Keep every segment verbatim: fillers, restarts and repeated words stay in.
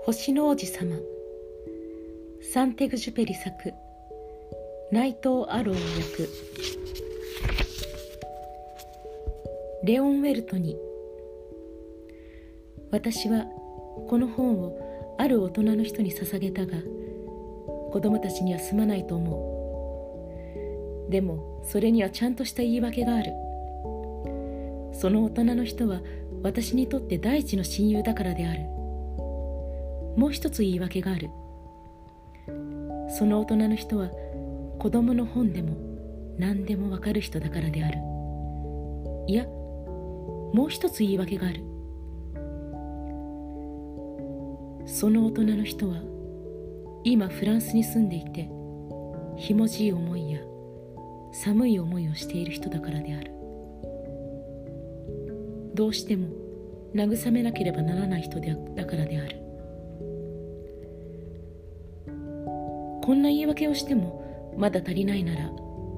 星の王子様、サンテグジュペリ作、内藤アロー役、レオン・ウェルトに。私はこの本をある大人の人に捧げたが、子供たちにはすまないと思う。でもそれにはちゃんとした言い訳がある。その大人の人は私にとって第一の親友だからである。もう一つ言い訳がある。その大人の人は子供の本でも何でもわかる人だからである。いや、もう一つ言い訳がある。その大人の人は今フランスに住んでいて、ひもじい思いや寒い思いをしている人だからである。どうしても慰めなければならない人でだからである。こんな言い訳をしてもまだ足りないなら、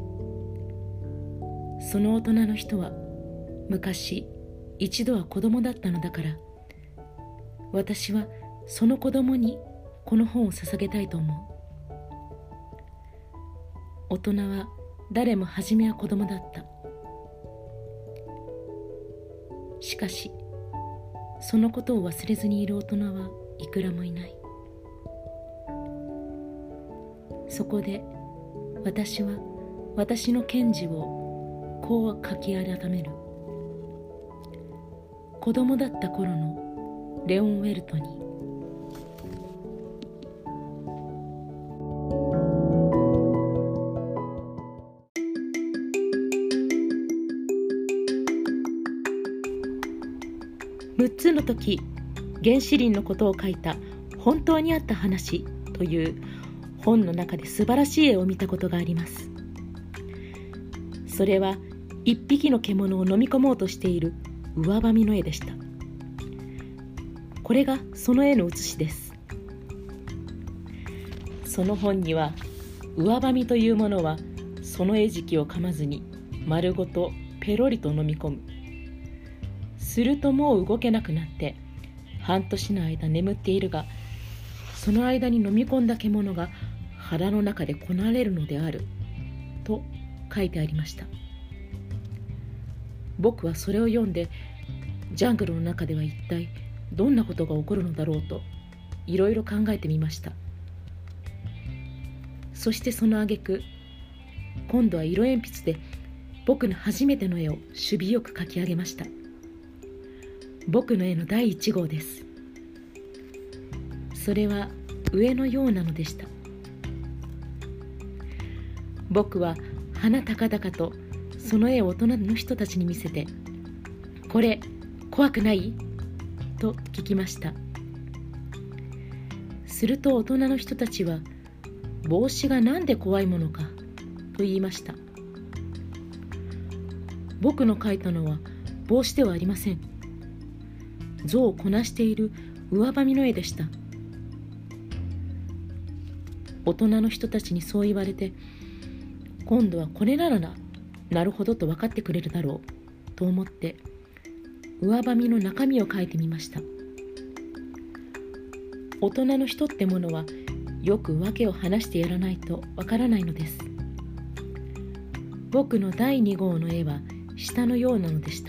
その大人の人は昔一度は子供だったのだから、私はその子供にこの本を捧げたいと思う。大人は誰も初めは子供だった。しかしそのことを忘れずにいる大人はいくらもいない。そこで私は私の賢治をこう書き改める。子供だった頃のレオン・ウェルトに。むっつの時、原始林のことを書いた本当にあった話という本の中で素晴らしい絵を見たことがあります。それは一匹の獣を飲み込もうとしている上ばみの絵でした。これがその絵の写しです。その本には上ばみというものはその餌食を噛まずに丸ごとペロリと飲み込む。するともう動けなくなって半年の間眠っているが、その間に飲み込んだ獣が腹の中でこなれるのであると書いてありました。僕はそれを読んで、ジャングルの中では一体どんなことが起こるのだろうといろいろ考えてみました。そしてその挙句、今度は色鉛筆で僕の初めての絵を守備よく描き上げました。僕の絵の第一号です。それは上のようなのでした。僕は鼻高々とその絵を大人の人たちに見せて、これ怖くない?と聞きました。すると大人の人たちは、帽子がなんで怖いものかと言いました。僕の描いたのは帽子ではありません。象をこなしている上ばみの絵でした。大人の人たちにそう言われて、今度はこれならな、なるほどと分かってくれるだろうと思って、上ばみの中身を描いてみました。大人の人ってものはよく訳を話してやらないとわからないのです。僕のだいに号の絵は下のようなのでした。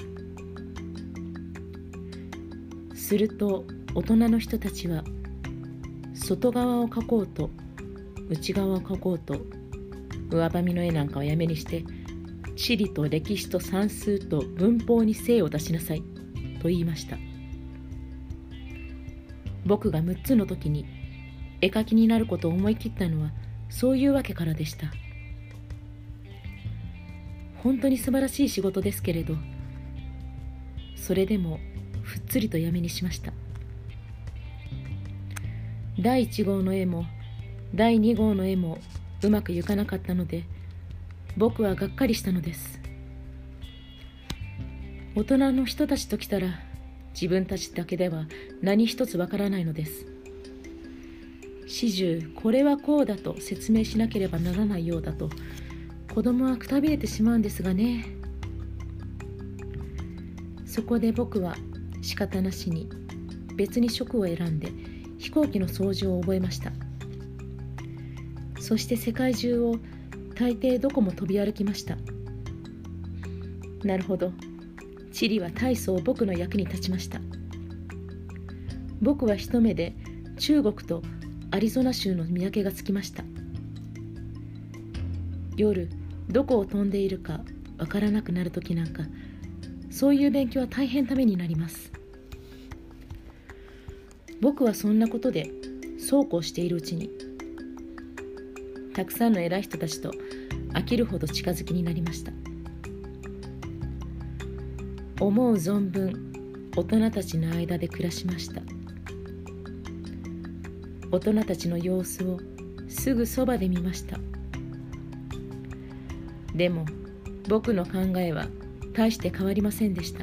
すると大人の人たちは、外側を描こうと内側を描こうと上ばみの絵なんかをやめにして、地理と歴史と算数と文法に精を出しなさいと言いました。僕がむっつの時に絵描きになることを思い切ったのはそういうわけからでした。本当に素晴らしい仕事ですけれど、それでもふっつりとやめにしました。だいいち号の絵もだいに号の絵もうまくいかなかったので、僕はがっかりしたのです。大人の人たちときたら、自分たちだけでは何一つわからないのです。始終これはこうだと説明しなければならないようだと子供はくたびれてしまうんですがね。そこで僕は仕方なしに別に職を選んで飛行機の操縦を覚えました。そして世界中を大抵どこも飛び歩きました。なるほど、地理は大層僕の役に立ちました。僕は一目で中国とアリゾナ州の見分けがつきました。夜どこを飛んでいるかわからなくなるときなんか、そういう勉強は大変ためになります。僕はそんなことでそうこうしているうちに、たくさんの偉い人たちと飽きるほど近づきになりました。思う存分大人たちの間で暮らしました。大人たちの様子をすぐそばで見ました。でも僕の考えは大して変わりませんでした。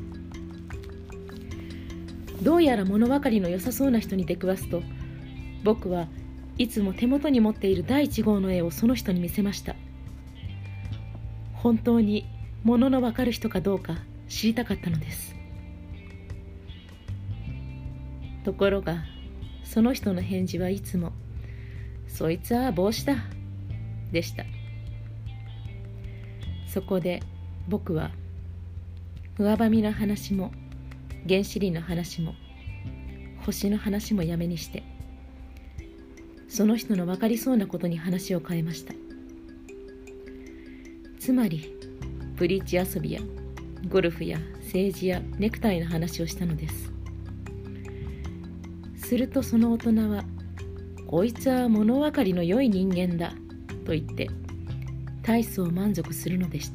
どうやら物分かりの良さそうな人に出くわすと、僕はいつも手元に持っている第一号の絵をその人に見せました。本当に物の分かる人かどうか知りたかったのです。ところがその人の返事はいつも「そいつは帽子だ」でした。そこで僕は上ばみの話も原子理の話も星の話もやめにして、その人の分かりそうなことに話を変えました。つまりブリッジ遊びやゴルフや政治やネクタイの話をしたのです。するとその大人は「こいつは物分かりの良い人間だ」と言って大層満足するのでした。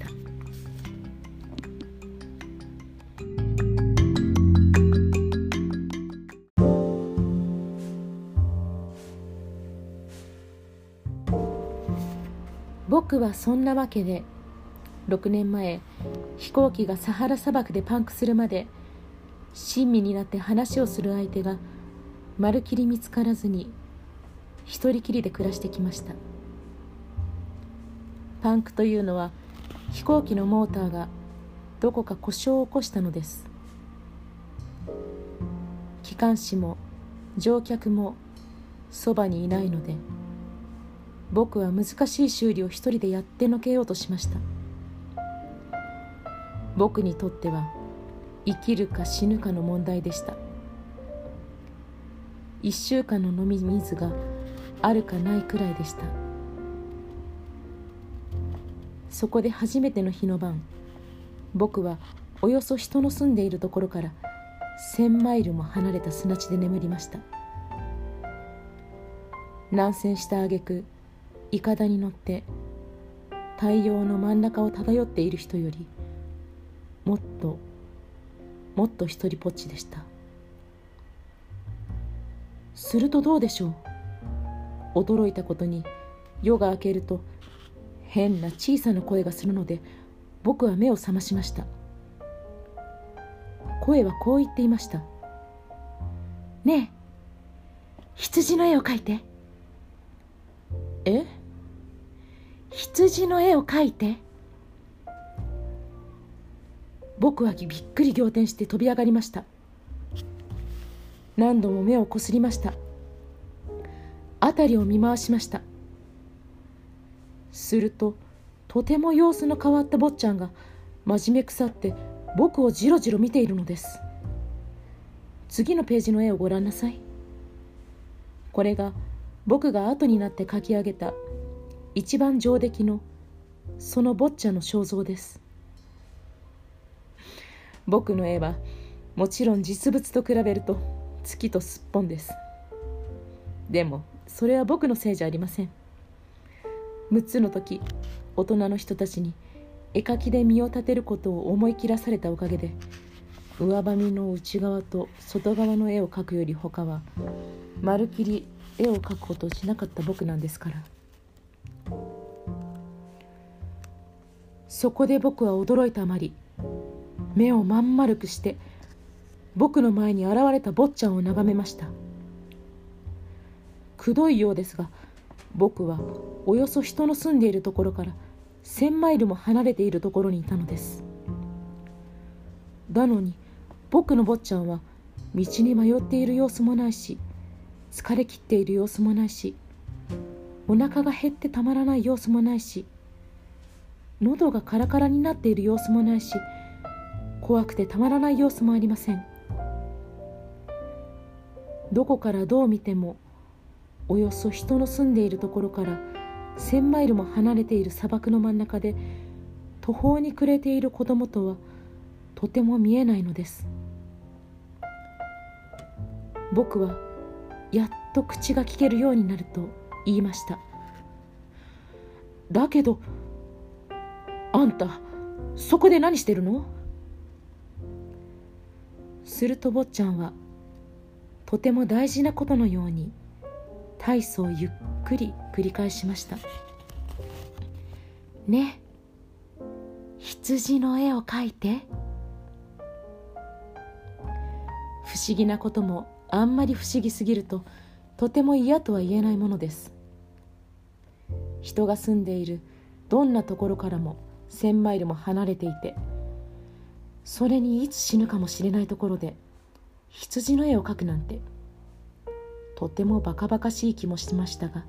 僕はそんなわけでろくねんまえ、飛行機がサハラ砂漠でパンクするまで親身になって話をする相手がまるきり見つからずに一人きりで暮らしてきました。パンクというのは飛行機のモーターがどこか故障を起こしたのです。機関士も乗客もそばにいないので、僕は難しい修理を一人でやってのけようとしました。僕にとっては生きるか死ぬかの問題でした。一週間の飲み水があるかないくらいでした。そこで初めての日の晩、僕はおよそ人の住んでいるところから千マイルも離れた砂地で眠りました。南船した挙句、いかだに乗って太陽の真ん中を漂っている人よりもっともっと一人ぽっちでした。するとどうでしょう。驚いたことに夜が明けると変な小さな声がするので、僕は目を覚ましました。声はこう言っていました。ねえ、羊の絵を描いて。え？羊の絵を描いて。僕はびっくり仰天して飛び上がりました。何度も目をこすりました。辺りを見回しました。するととても様子の変わった坊ちゃんが真面目腐って僕をじろじろ見ているのです。次のページの絵をご覧なさい。これが僕が後になって描き上げた一番上出来のその坊ちゃんの肖像です。僕の絵はもちろん実物と比べると月とすっぽんです。でもそれは僕のせいじゃありません。むっつの時、大人の人たちに絵描きで身を立てることを思い切らされたおかげで、上ばみの内側と外側の絵を描くより他はまるきり絵を描くことをしなかった僕なんですから。そこで僕は驚いたあまり、目をまん丸くして僕の前に現れた坊ちゃんを眺めました。くどいようですが、僕はおよそ人の住んでいるところから千マイルも離れているところにいたのです。だのに僕の坊ちゃんは道に迷っている様子もないし、 疲れ切っている様子もないし、お腹が減ってたまらない様子もないし、喉がカラカラになっている様子もないし、怖くてたまらない様子もありません。どこからどう見ても、およそ人の住んでいるところから千マイルも離れている砂漠の真ん中で途方に暮れている子供とはとても見えないのです。僕はやっと口が聞けるようになると言いました。だけど、あんたそこで何してるの？すると坊ちゃんはとても大事なことのように体操をゆっくり繰り返しました。ね、羊の絵を描いて。不思議なこともあんまり不思議すぎるととても嫌とは言えないものです。人が住んでいるどんなところからも千マイルも離れていて、それにいつ死ぬかもしれないところで羊の絵を描くなんて、とてもバカバカしい気もしましたが、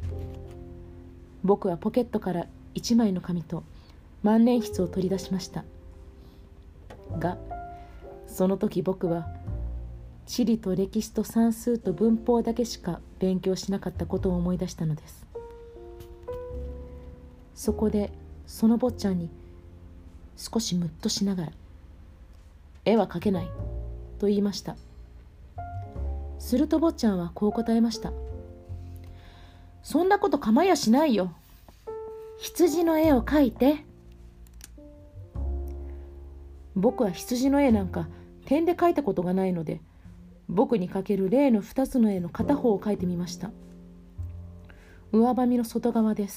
僕はポケットから一枚の紙と万年筆を取り出しました。が、その時僕は地理と歴史と算数と文法だけしか勉強しなかったことを思い出したのです。そこでその坊ちゃんに少しムッとしながら、絵は描けないと言いました。すると坊ちゃんはこう答えました。そんなこと構いやしないよ。羊の絵を描いて。僕は羊の絵なんか点で描いたことがないので、僕に描ける例の二つの絵の片方を描いてみました。上ばみの外側です。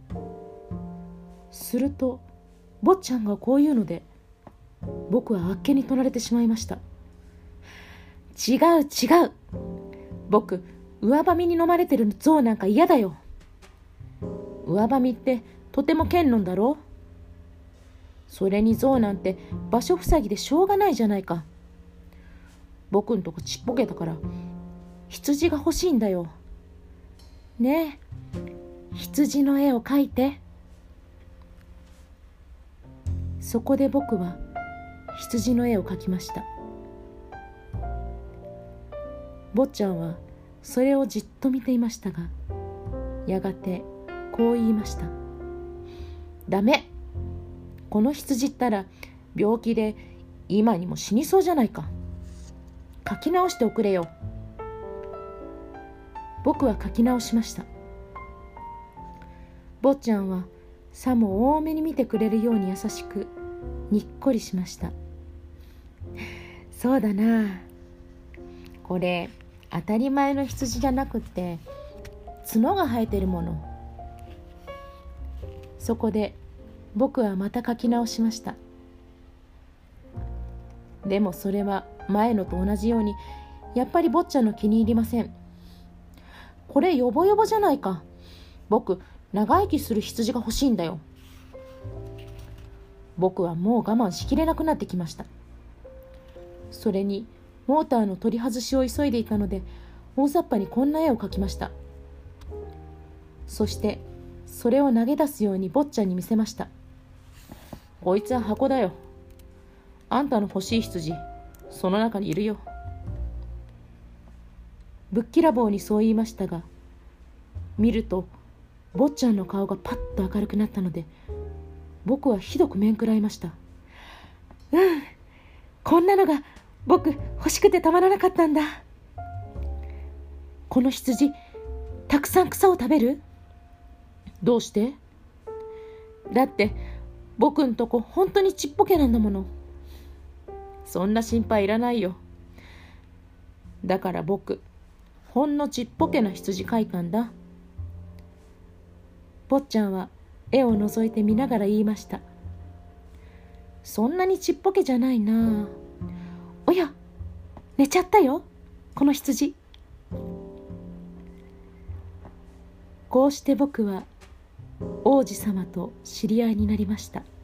すると坊ちゃんがこう言うので、僕はあっけに取られてしまいました。違う違う。僕、上ばみに飲まれてる象なんか嫌だよ。上ばみってとても剣論だろう。それに象なんて場所塞ぎでしょうがないじゃないか。僕んとこちっぽけだから羊が欲しいんだよ。ねえ、羊の絵を描いて。そこで僕は羊の絵を描きました。坊ちゃんはそれをじっと見ていましたが、やがてこう言いました。ダメ。この羊ったら病気で今にも死にそうじゃないか。書き直しておくれよ。僕は書き直しました。坊ちゃんはさも多めに見てくれるように優しくにっこりしました。そうだな。これ当たり前の羊じゃなくって角が生えてるもの。そこで僕はまた書き直しました。でもそれは前のと同じようにやっぱり坊ちゃんの気に入りません。これヨボヨボじゃないか。僕長生きする羊が欲しいんだよ。僕はもう我慢しきれなくなってきました。それにモーターの取り外しを急いでいたので大雑把にこんな絵を描きました。そしてそれを投げ出すように坊ちゃんに見せました。こいつは箱だよ。あんたの欲しい羊、その中にいるよ。ぶっきらぼうにそう言いましたが、見ると坊ちゃんの顔がパッと明るくなったので、僕はひどく面食らいました。うん、こんなのが僕欲しくてたまらなかったんだ。この羊、たくさん草を食べる？どうして？だって僕んとこ本当にちっぽけなんだもの。そんな心配いらないよ。だから僕、ほんのちっぽけな羊描いたんだ。坊ちゃんは絵を覗いて見ながら言いました。そんなにちっぽけじゃないな。おや、寝ちゃったよ、この羊。こうして僕は王子様と知り合いになりました。